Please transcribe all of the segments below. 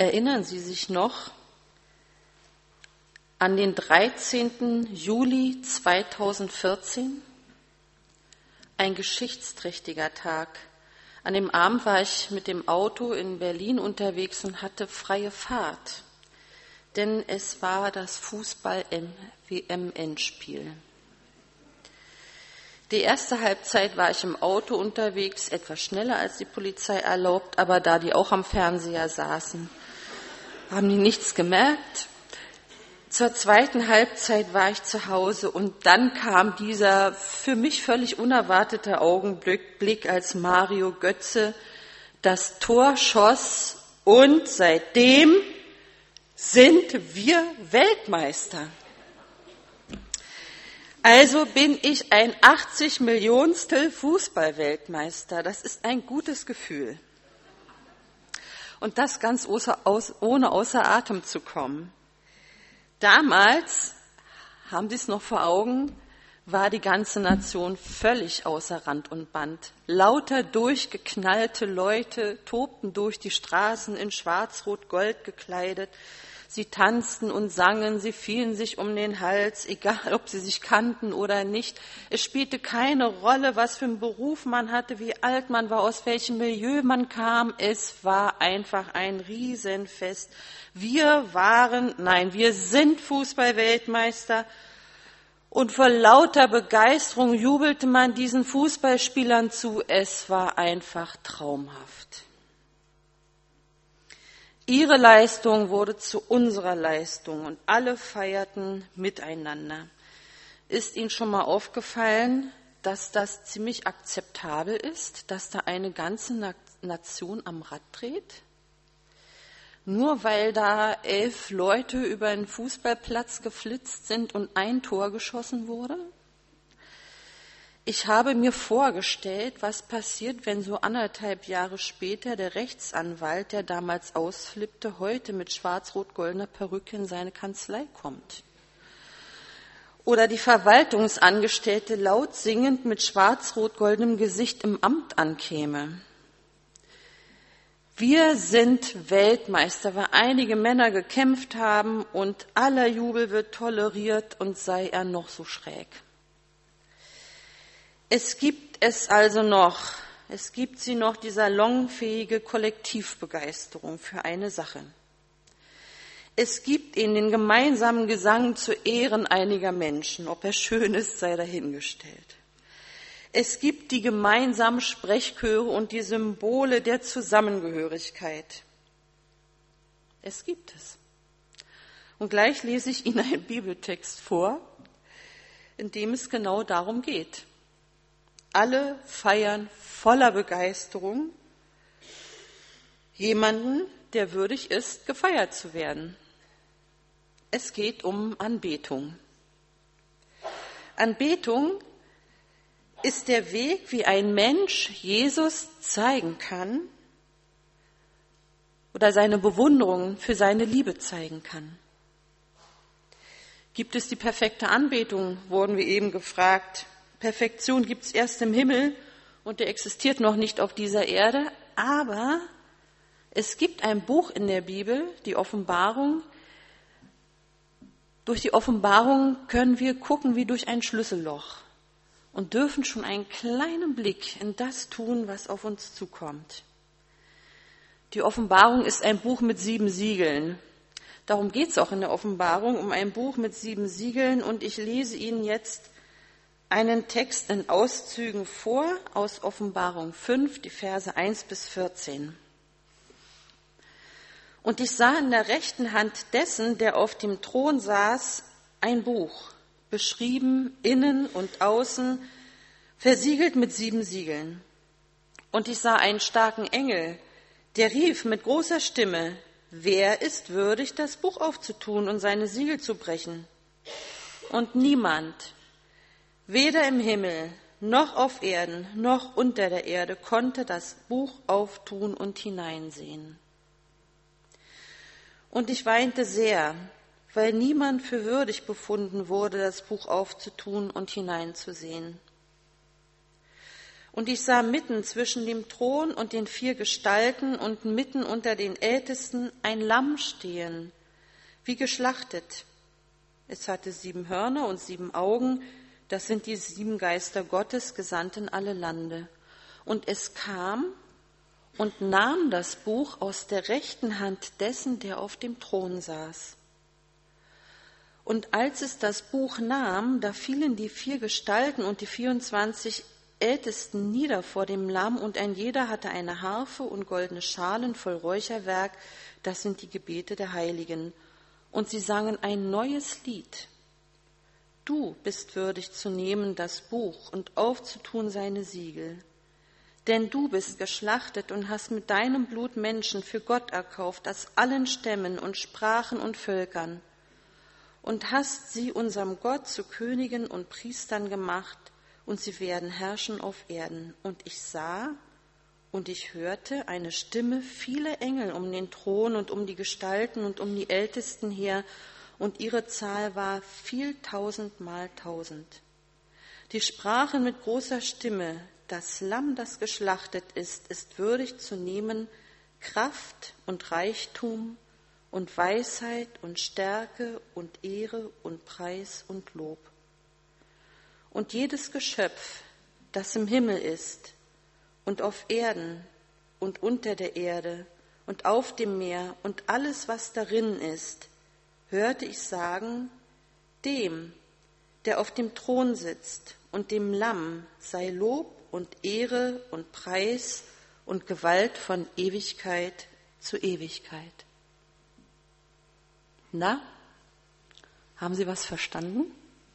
Erinnern Sie sich noch an den 13. Juli 2014? Ein geschichtsträchtiger Tag. An dem Abend war ich mit dem Auto in Berlin unterwegs und hatte freie Fahrt, denn es war das Fußball-WM-Endspiel. Die erste Halbzeit war ich im Auto unterwegs, etwas schneller als die Polizei erlaubt, aber da die auch am Fernseher saßen, haben die nichts gemerkt. Zur zweiten Halbzeit war ich zu Hause und dann kam dieser für mich völlig unerwartete Augenblick, als Mario Götze das Tor schoss und seitdem sind wir Weltmeister. Also bin ich ein 80 Millionstel Fußball-Weltmeister. Das ist ein gutes Gefühl. Und das ganz ohne außer Atem zu kommen. Damals, haben Sie es noch vor Augen, war die ganze Nation völlig außer Rand und Band. Lauter durchgeknallte Leute tobten durch die Straßen in schwarz-rot-gold gekleidet. Sie tanzten und sangen, sie fielen sich um den Hals, egal ob sie sich kannten oder nicht. Es spielte keine Rolle, was für einen Beruf man hatte, wie alt man war, aus welchem Milieu man kam. Es war einfach ein Riesenfest. Wir sind Fußball-Weltmeister. Und vor lauter Begeisterung jubelte man diesen Fußballspielern zu. Es war einfach traumhaft. Ihre Leistung wurde zu unserer Leistung und alle feierten miteinander. Ist Ihnen schon mal aufgefallen, dass das ziemlich akzeptabel ist, dass da eine ganze Nation am Rad dreht? Nur weil da 11 Leute über einen Fußballplatz geflitzt sind und ein Tor geschossen wurde? Ich habe mir vorgestellt, was passiert, wenn so 1,5 Jahre später der Rechtsanwalt, der damals ausflippte, heute mit schwarz-rot-goldener Perücke in seine Kanzlei kommt. Oder die Verwaltungsangestellte laut singend mit schwarz-rot-goldenem Gesicht im Amt ankäme. Wir sind Weltmeister, weil einige Männer gekämpft haben und aller Jubel wird toleriert und sei er noch so schräg. Es gibt sie noch, die salonfähige Kollektivbegeisterung für eine Sache. Es gibt ihnen den gemeinsamen Gesang zu Ehren einiger Menschen, ob er schön ist, sei dahingestellt. Es gibt die gemeinsamen Sprechchöre und die Symbole der Zusammengehörigkeit. Es gibt es. Und gleich lese ich Ihnen einen Bibeltext vor, in dem es genau darum geht. Alle feiern voller Begeisterung jemanden, der würdig ist, gefeiert zu werden. Es geht um Anbetung. Anbetung ist der Weg, wie ein Mensch Jesus zeigen kann oder seine Bewunderung für seine Liebe zeigen kann. Gibt es die perfekte Anbetung, wurden wir eben gefragt. Perfektion gibt es erst im Himmel und der existiert noch nicht auf dieser Erde, aber es gibt ein Buch in der Bibel, die Offenbarung. Durch die Offenbarung können wir gucken wie durch ein Schlüsselloch und dürfen schon einen kleinen Blick in das tun, was auf uns zukommt. Die Offenbarung ist ein Buch mit 7 Siegeln. Darum geht es auch in der Offenbarung, um ein Buch mit 7 Siegeln. Und ich lese Ihnen jetzt einen Text in Auszügen vor aus Offenbarung 5, die Verse 1 bis 14. Und ich sah in der rechten Hand dessen, der auf dem Thron saß, ein Buch, beschrieben innen und außen, versiegelt mit 7 Siegeln. Und ich sah einen starken Engel, der rief mit großer Stimme: Wer ist würdig, das Buch aufzutun und seine Siegel zu brechen? Und niemand, weder im Himmel, noch auf Erden, noch unter der Erde, konnte das Buch auftun und hineinsehen. Und ich weinte sehr, weil niemand für würdig befunden wurde, das Buch aufzutun und hineinzusehen. Und ich sah mitten zwischen dem Thron und den 4 Gestalten und mitten unter den Ältesten ein Lamm stehen, wie geschlachtet. Es hatte 7 Hörner und 7 Augen, das sind die 7 Geister Gottes, gesandt in alle Lande. Und es kam und nahm das Buch aus der rechten Hand dessen, der auf dem Thron saß. Und als es das Buch nahm, da fielen die 4 Gestalten und die 24 Ältesten nieder vor dem Lamm, und ein jeder hatte eine Harfe und goldene Schalen voll Räucherwerk, das sind die Gebete der Heiligen. Und sie sangen ein neues Lied. Du bist würdig zu nehmen das Buch und aufzutun seine Siegel. Denn du bist geschlachtet und hast mit deinem Blut Menschen für Gott erkauft, aus allen Stämmen und Sprachen und Völkern, und hast sie unserem Gott zu Königen und Priestern gemacht, und sie werden herrschen auf Erden. Und ich sah und ich hörte eine Stimme, viele Engel um den Thron und um die Gestalten und um die Ältesten her, und ihre Zahl war viel 1000 mal 1000. Die sprachen mit großer Stimme: Das Lamm, das geschlachtet ist würdig zu nehmen Kraft und Reichtum und Weisheit und Stärke und Ehre und Preis und Lob. Und jedes Geschöpf, das im Himmel ist und auf Erden und unter der Erde und auf dem Meer und alles, was darin ist, hörte ich sagen: Dem, der auf dem Thron sitzt, und dem Lamm sei Lob und Ehre und Preis und Gewalt von Ewigkeit zu Ewigkeit. Na, haben Sie was verstanden?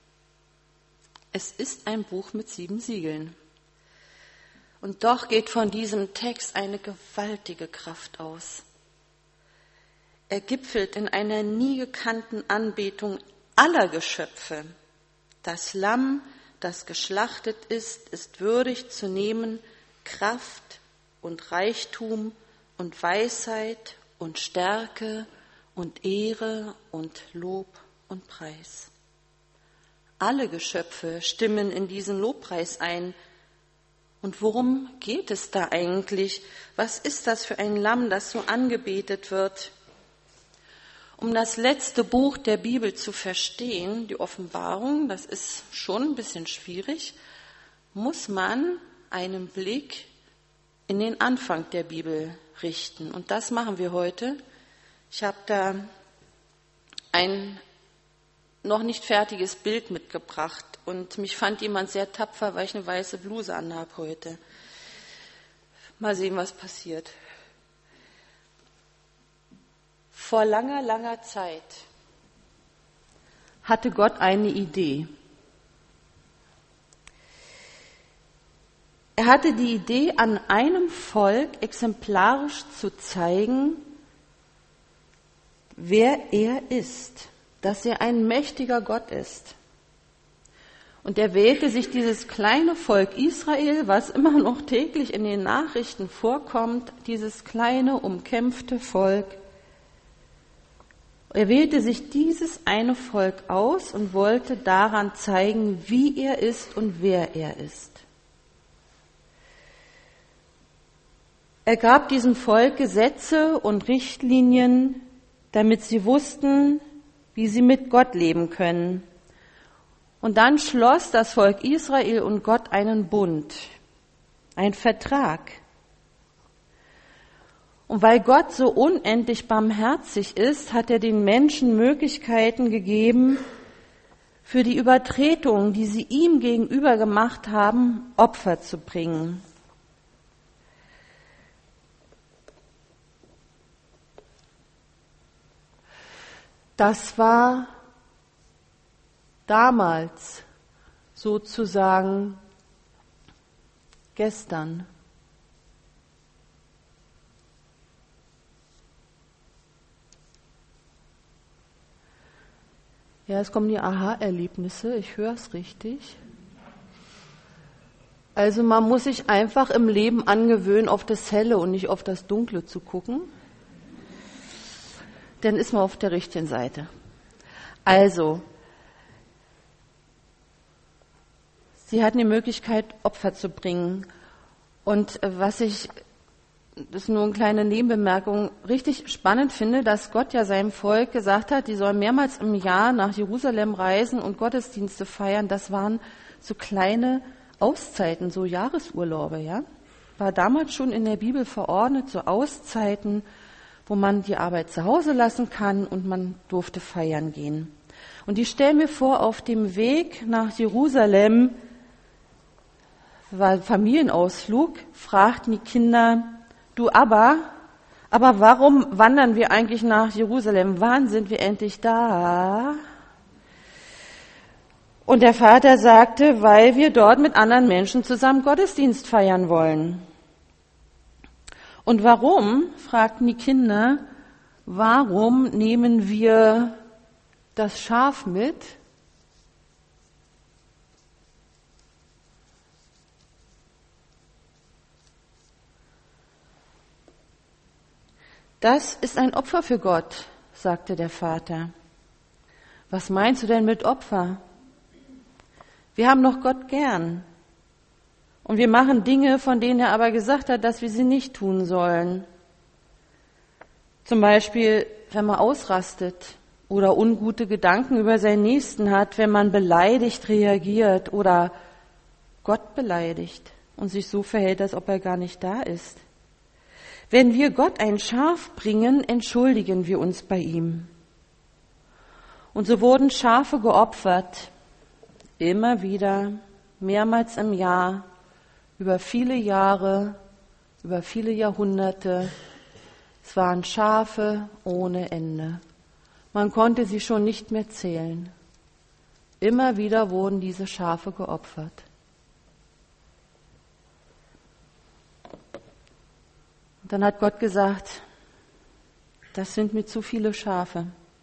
Es ist ein Buch mit 7 Siegeln. Und doch geht von diesem Text eine gewaltige Kraft aus. Er gipfelt in einer nie gekannten Anbetung aller Geschöpfe. Das Lamm, das geschlachtet ist würdig zu nehmen Kraft und Reichtum und Weisheit und Stärke und Ehre und Lob und Preis. Alle Geschöpfe stimmen in diesen Lobpreis ein. Und worum geht es da eigentlich? Was ist das für ein Lamm, das so angebetet wird? Um das letzte Buch der Bibel zu verstehen, die Offenbarung, das ist schon ein bisschen schwierig, muss man einen Blick in den Anfang der Bibel richten. Und das machen wir heute. Ich habe da ein noch nicht fertiges Bild mitgebracht und mich fand jemand sehr tapfer, weil ich eine weiße Bluse anhabe heute. Mal sehen, was passiert. Vor langer, langer Zeit hatte Gott eine Idee. Er hatte die Idee, an einem Volk exemplarisch zu zeigen, wer er ist, dass er ein mächtiger Gott ist. Und er wählte sich dieses kleine Volk Israel, was immer noch täglich in den Nachrichten vorkommt, dieses kleine, umkämpfte Volk. Er wählte sich dieses eine Volk aus und wollte daran zeigen, wie er ist und wer er ist. Er gab diesem Volk Gesetze und Richtlinien, damit sie wussten, wie sie mit Gott leben können. Und dann schloss das Volk Israel und Gott einen Bund, einen Vertrag. Und weil Gott so unendlich barmherzig ist, hat er den Menschen Möglichkeiten gegeben, für die Übertretungen, die sie ihm gegenüber gemacht haben, Opfer zu bringen. Das war damals sozusagen gestern. Ja, es kommen die Aha-Erlebnisse, ich höre es richtig. Also man muss sich einfach im Leben angewöhnen, auf das Helle und nicht auf das Dunkle zu gucken. Dann ist man auf der richtigen Seite. Also, sie hatten die Möglichkeit, Opfer zu bringen. Und das ist nur eine kleine Nebenbemerkung, richtig spannend finde, dass Gott ja seinem Volk gesagt hat, die sollen mehrmals im Jahr nach Jerusalem reisen und Gottesdienste feiern. Das waren so kleine Auszeiten, so Jahresurlaube, ja. War damals schon in der Bibel verordnet, so Auszeiten, wo man die Arbeit zu Hause lassen kann und man durfte feiern gehen. Und ich stelle mir vor, auf dem Weg nach Jerusalem, war ein Familienausflug, fragten die Kinder, du aber warum wandern wir eigentlich nach Jerusalem? Wann sind wir endlich da? Und der Vater sagte, weil wir dort mit anderen Menschen zusammen Gottesdienst feiern wollen. Und warum, fragten die Kinder, warum nehmen wir das Schaf mit? Das ist ein Opfer für Gott, sagte der Vater. Was meinst du denn mit Opfer? Wir haben doch Gott gern. Und wir machen Dinge, von denen er aber gesagt hat, dass wir sie nicht tun sollen. Zum Beispiel, wenn man ausrastet oder ungute Gedanken über seinen Nächsten hat, wenn man beleidigt reagiert oder Gott beleidigt und sich so verhält, als ob er gar nicht da ist. Wenn wir Gott ein Schaf bringen, entschuldigen wir uns bei ihm. Und so wurden Schafe geopfert, immer wieder, mehrmals im Jahr, über viele Jahre, über viele Jahrhunderte. Es waren Schafe ohne Ende. Man konnte sie schon nicht mehr zählen. Immer wieder wurden diese Schafe geopfert. Und dann hat Gott gesagt, das sind mir zu viele Schafe.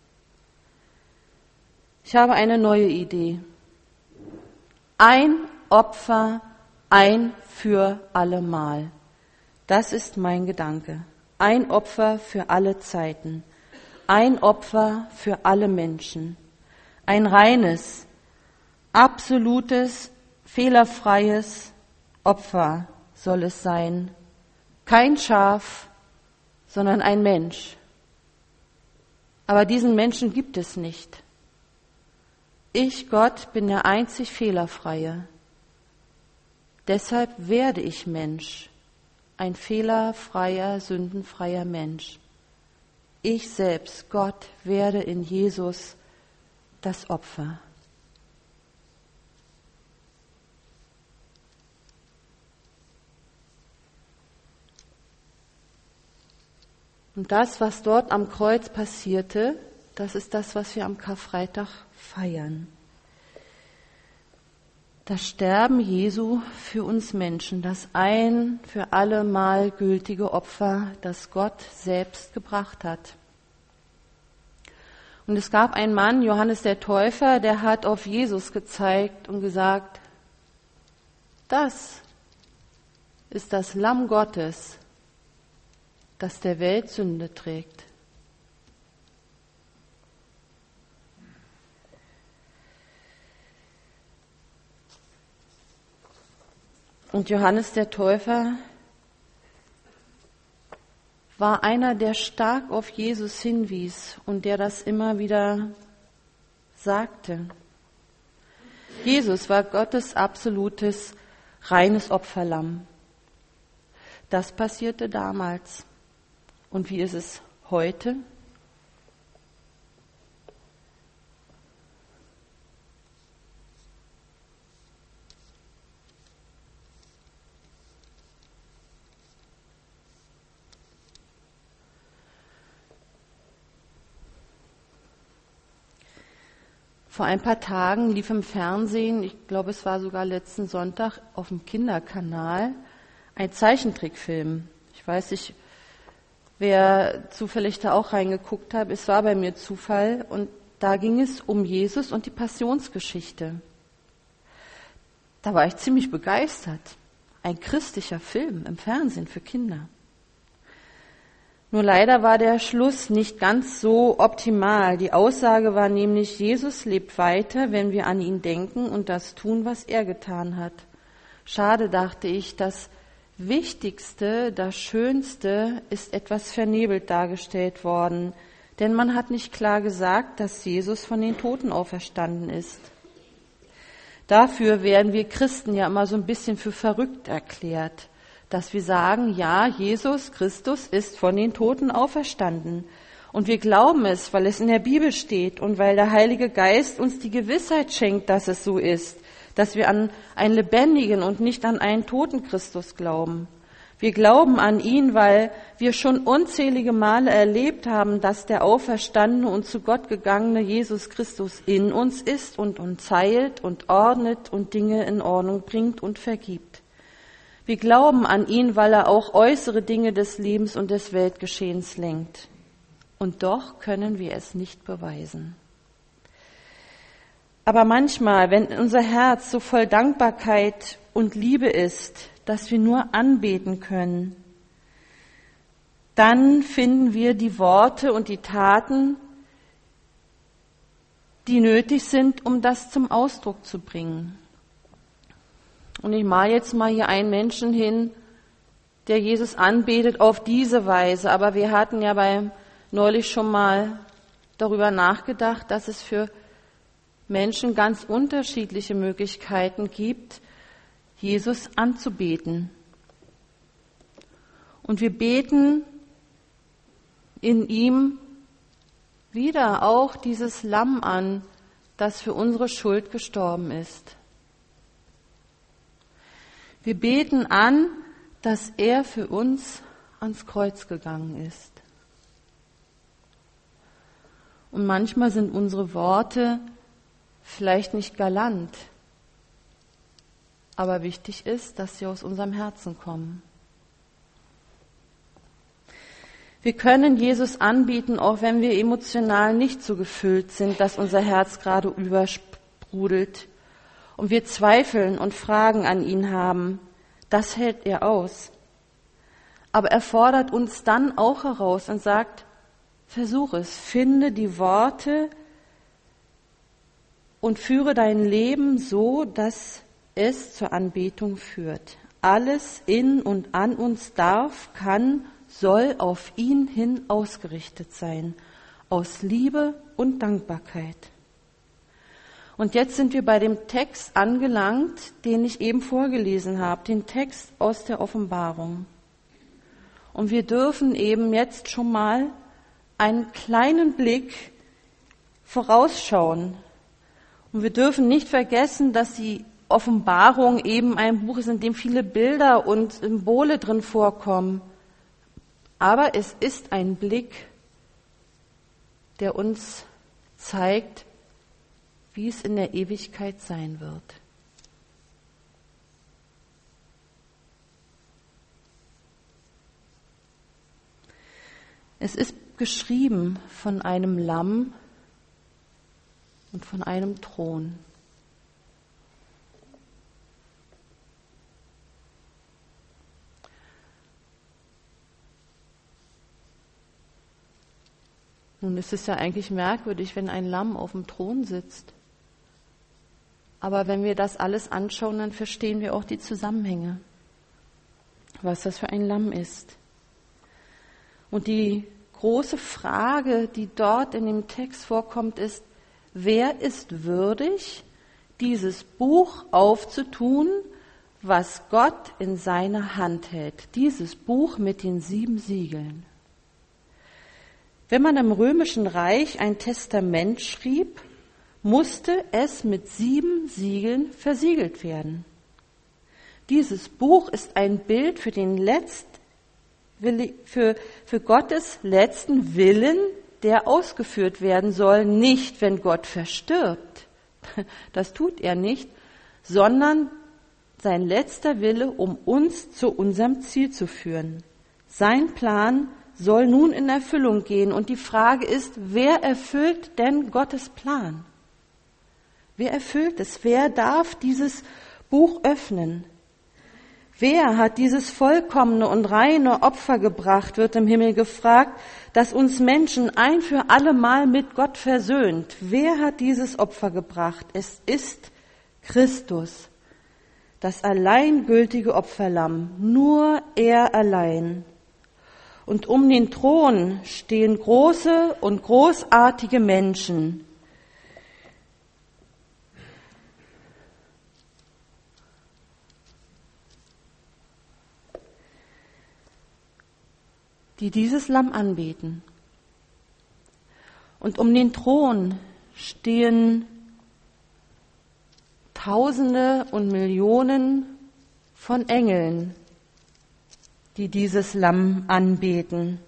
Ich habe eine neue Idee. Ein Opfer, ein für allemal. Das ist mein Gedanke. Ein Opfer für alle Zeiten. Ein Opfer für alle Menschen. Ein reines, absolutes, fehlerfreies Opfer soll es sein. Kein Schaf, sondern ein Mensch. Aber diesen Menschen gibt es nicht. Ich, Gott, bin der einzig Fehlerfreie. Deshalb werde ich Mensch, ein fehlerfreier, sündenfreier Mensch. Ich selbst, Gott, werde in Jesus das Opfer. Und das, was dort am Kreuz passierte, das ist das, was wir am Karfreitag feiern. Das Sterben Jesu für uns Menschen, das ein für alle Mal gültige Opfer, das Gott selbst gebracht hat. Und es gab einen Mann, Johannes der Täufer, der hat auf Jesus gezeigt und gesagt, das ist das Lamm Gottes, das der Welt Sünde trägt. Und Johannes der Täufer war einer, der stark auf Jesus hinwies und der das immer wieder sagte. Jesus war Gottes absolutes, reines Opferlamm. Das passierte damals. Und wie ist es heute? Vor ein paar Tagen lief im Fernsehen, ich glaube es war sogar letzten Sonntag auf dem Kinderkanal, ein Zeichentrickfilm. Ich weiß nicht, wer zufällig da auch reingeguckt hat, es war bei mir Zufall. Und da ging es um Jesus und die Passionsgeschichte. Da war ich ziemlich begeistert. Ein christlicher Film im Fernsehen für Kinder. Nur leider war der Schluss nicht ganz so optimal. Die Aussage war nämlich, Jesus lebt weiter, wenn wir an ihn denken und das tun, was er getan hat. Schade, dachte ich, dass Wichtigste, das Schönste ist etwas vernebelt dargestellt worden, denn man hat nicht klar gesagt, dass Jesus von den Toten auferstanden ist. Dafür werden wir Christen ja immer so ein bisschen für verrückt erklärt, dass wir sagen, ja, Jesus Christus ist von den Toten auferstanden. Und wir glauben es, weil es in der Bibel steht und weil der Heilige Geist uns die Gewissheit schenkt, dass es so ist, dass wir an einen lebendigen und nicht an einen toten Christus glauben. Wir glauben an ihn, weil wir schon unzählige Male erlebt haben, dass der auferstandene und zu Gott gegangene Jesus Christus in uns ist und uns heilt und ordnet und Dinge in Ordnung bringt und vergibt. Wir glauben an ihn, weil er auch äußere Dinge des Lebens und des Weltgeschehens lenkt. Und doch können wir es nicht beweisen. Aber manchmal, wenn unser Herz so voll Dankbarkeit und Liebe ist, dass wir nur anbeten können, dann finden wir die Worte und die Taten, die nötig sind, um das zum Ausdruck zu bringen. Und ich male jetzt mal hier einen Menschen hin, der Jesus anbetet auf diese Weise. Aber wir hatten ja neulich schon mal darüber nachgedacht, dass es für Menschen ganz unterschiedliche Möglichkeiten gibt, Jesus anzubeten. Und wir beten in ihm wieder auch dieses Lamm an, das für unsere Schuld gestorben ist. Wir beten an, dass er für uns ans Kreuz gegangen ist. Und manchmal sind unsere Worte vielleicht nicht galant, aber wichtig ist, dass sie aus unserem Herzen kommen. Wir können Jesus anbieten, auch wenn wir emotional nicht so gefüllt sind, dass unser Herz gerade übersprudelt und wir Zweifeln und Fragen an ihn haben. Das hält er aus. Aber er fordert uns dann auch heraus und sagt, versuch es, finde die Worte und führe dein Leben so, dass es zur Anbetung führt. Alles in und an uns darf, kann, soll auf ihn hin ausgerichtet sein, aus Liebe und Dankbarkeit. Und jetzt sind wir bei dem Text angelangt, den ich eben vorgelesen habe, den Text aus der Offenbarung. Und wir dürfen eben jetzt schon mal einen kleinen Blick vorausschauen. Und wir dürfen nicht vergessen, dass die Offenbarung eben ein Buch ist, in dem viele Bilder und Symbole drin vorkommen. Aber es ist ein Blick, der uns zeigt, wie es in der Ewigkeit sein wird. Es ist geschrieben von einem Lamm und von einem Thron. Nun ist es ja eigentlich merkwürdig, wenn ein Lamm auf dem Thron sitzt. Aber wenn wir das alles anschauen, dann verstehen wir auch die Zusammenhänge, was das für ein Lamm ist. Und die große Frage, die dort in dem Text vorkommt, ist, wer ist würdig, dieses Buch aufzutun, was Gott in seiner Hand hält? Dieses Buch mit den 7 Siegeln. Wenn man im Römischen Reich ein Testament schrieb, musste es mit 7 Siegeln versiegelt werden. Dieses Buch ist ein Bild für für Gottes letzten Willen, der ausgeführt werden soll, nicht wenn Gott verstirbt. Das tut er nicht, sondern sein letzter Wille, um uns zu unserem Ziel zu führen. Sein Plan soll nun in Erfüllung gehen. Und die Frage ist, wer erfüllt denn Gottes Plan? Wer erfüllt es? Wer darf dieses Buch öffnen? Wer hat dieses vollkommene und reine Opfer gebracht, wird im Himmel gefragt, das uns Menschen ein für alle Mal mit Gott versöhnt. Wer hat dieses Opfer gebracht? Es ist Christus. das alleingültige Opferlamm, nur er allein. Und um den Thron stehen große und großartige Menschen, die dieses Lamm anbeten. Und um den Thron stehen Tausende und Millionen von Engeln, die dieses Lamm anbeten.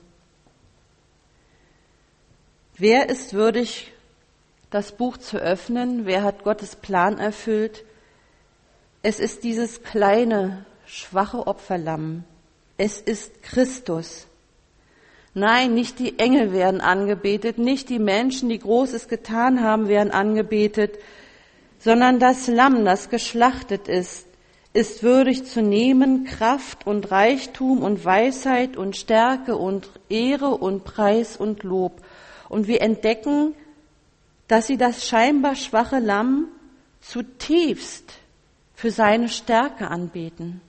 Wer ist würdig, das Buch zu öffnen? Wer hat Gottes Plan erfüllt? Es ist dieses kleine, schwache Opferlamm. Es ist Christus. Nein, nicht die Engel werden angebetet, nicht die Menschen, die Großes getan haben, werden angebetet, sondern das Lamm, das geschlachtet ist würdig zu nehmen, Kraft und Reichtum und Weisheit und Stärke und Ehre und Preis und Lob. Und wir entdecken, dass sie das scheinbar schwache Lamm zutiefst für seine Stärke anbeten.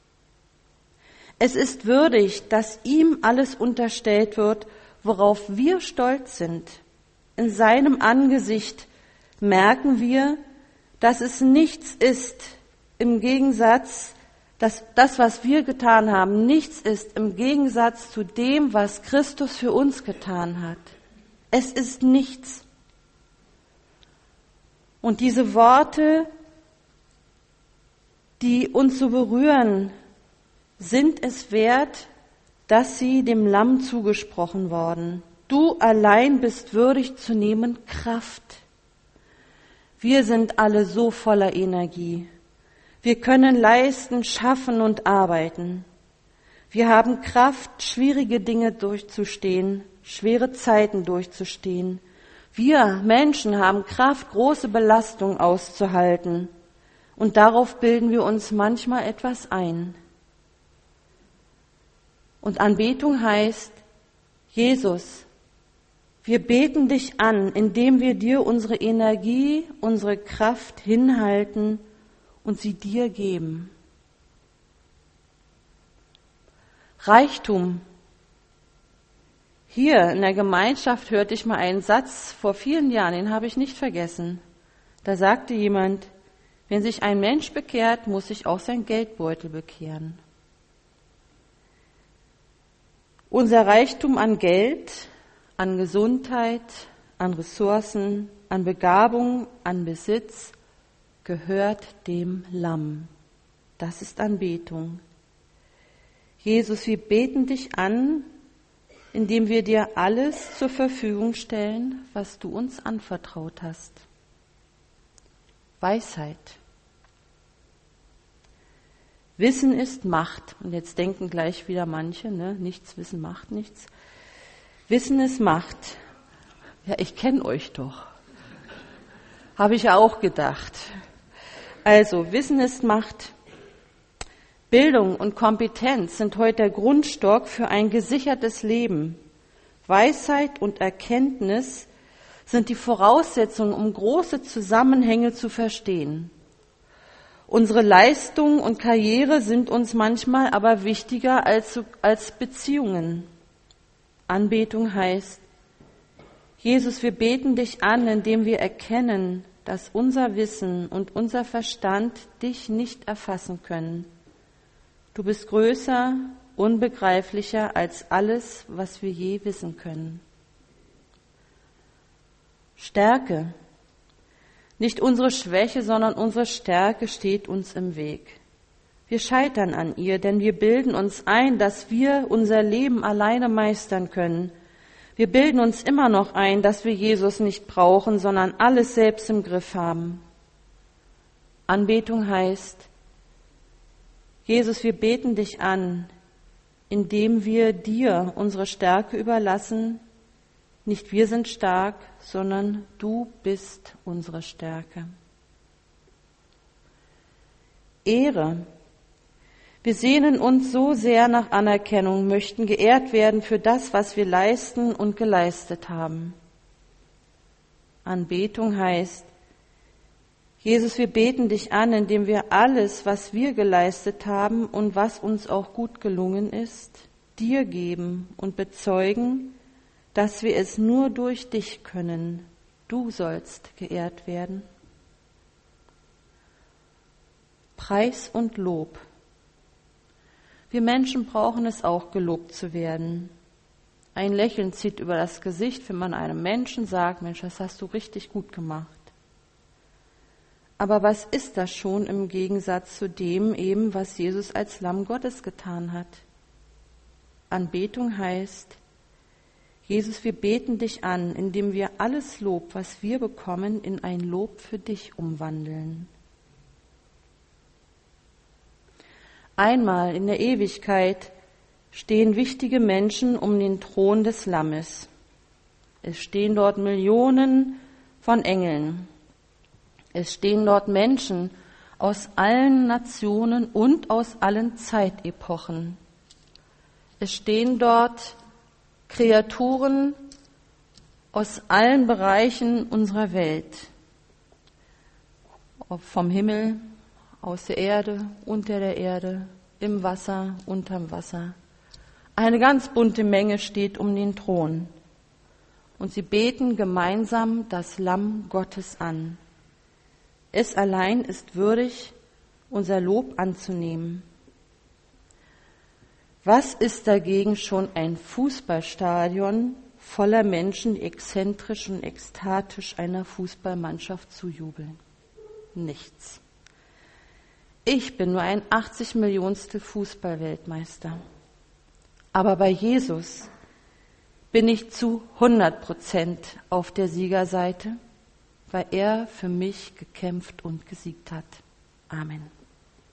Es ist würdig, dass ihm alles unterstellt wird, worauf wir stolz sind. In seinem Angesicht merken wir, dass es nichts ist im Gegensatz, dass das, was wir getan haben, nichts ist im Gegensatz zu dem, was Christus für uns getan hat. Es ist nichts. Und diese Worte, die uns so berühren, sind es wert, dass sie dem Lamm zugesprochen worden. Du allein bist würdig zu nehmen Kraft. Wir sind alle so voller Energie. Wir können leisten, schaffen und arbeiten. Wir haben Kraft, schwierige Dinge durchzustehen, schwere Zeiten durchzustehen. Wir Menschen haben Kraft, große Belastungen auszuhalten. Und darauf bilden wir uns manchmal etwas ein. Und Anbetung heißt, Jesus, wir beten dich an, indem wir dir unsere Energie, unsere Kraft hinhalten und sie dir geben. Reichtum. Hier in der Gemeinschaft hörte ich mal einen Satz vor vielen Jahren, den habe ich nicht vergessen. Da sagte jemand, wenn sich ein Mensch bekehrt, muss sich auch sein Geldbeutel bekehren. Unser Reichtum an Geld, an Gesundheit, an Ressourcen, an Begabung, an Besitz gehört dem Lamm. Das ist Anbetung. Jesus, wir beten dich an, indem wir dir alles zur Verfügung stellen, was du uns anvertraut hast. Weisheit. Wissen ist Macht. Und jetzt denken gleich wieder manche, nichts wissen macht nichts. Wissen ist Macht. Ja, ich kenne euch doch. Habe ich ja auch gedacht. Also, Wissen ist Macht. Bildung und Kompetenz sind heute der Grundstock für ein gesichertes Leben. Weisheit und Erkenntnis sind die Voraussetzungen, um große Zusammenhänge zu verstehen. Unsere Leistung und Karriere sind uns manchmal aber wichtiger als Beziehungen. Anbetung heißt, Jesus, wir beten dich an, indem wir erkennen, dass unser Wissen und unser Verstand dich nicht erfassen können. Du bist größer, unbegreiflicher als alles, was wir je wissen können. Stärke. Nicht unsere Schwäche, sondern unsere Stärke steht uns im Weg. Wir scheitern an ihr, denn wir bilden uns ein, dass wir unser Leben alleine meistern können. Wir bilden uns immer noch ein, dass wir Jesus nicht brauchen, sondern alles selbst im Griff haben. Anbetung heißt, Jesus, wir beten dich an, indem wir dir unsere Stärke überlassen. Nicht wir sind stark, sondern du bist unsere Stärke. Ehre. Wir sehnen uns so sehr nach Anerkennung, möchten geehrt werden für das, was wir leisten und geleistet haben. Anbetung heißt, Jesus, wir beten dich an, indem wir alles, was wir geleistet haben und was uns auch gut gelungen ist, dir geben und bezeugen, dass wir es nur durch dich können. Du sollst geehrt werden. Preis und Lob. Wir Menschen brauchen es auch, gelobt zu werden. Ein Lächeln zieht über das Gesicht, wenn man einem Menschen sagt, Mensch, das hast du richtig gut gemacht. Aber was ist das schon im Gegensatz zu dem eben, was Jesus als Lamm Gottes getan hat? Anbetung heißt, Jesus, wir beten dich an, indem wir alles Lob, was wir bekommen, in ein Lob für dich umwandeln. Einmal in der Ewigkeit stehen wichtige Menschen um den Thron des Lammes. Es stehen dort Millionen von Engeln. Es stehen dort Menschen aus allen Nationen und aus allen Zeitepochen. Es stehen dort Kreaturen aus allen Bereichen unserer Welt. Vom Himmel, aus der Erde, unter der Erde, im Wasser, unterm Wasser. Eine ganz bunte Menge steht um den Thron. Und sie beten gemeinsam das Lamm Gottes an. Es allein ist würdig, unser Lob anzunehmen. Was ist dagegen schon ein Fußballstadion voller Menschen, die exzentrisch und ekstatisch einer Fußballmannschaft zujubeln? Nichts. Ich bin nur ein 80 Millionstel Fußballweltmeister. Aber bei Jesus bin ich zu 100% auf der Siegerseite, weil er für mich gekämpft und gesiegt hat. Amen.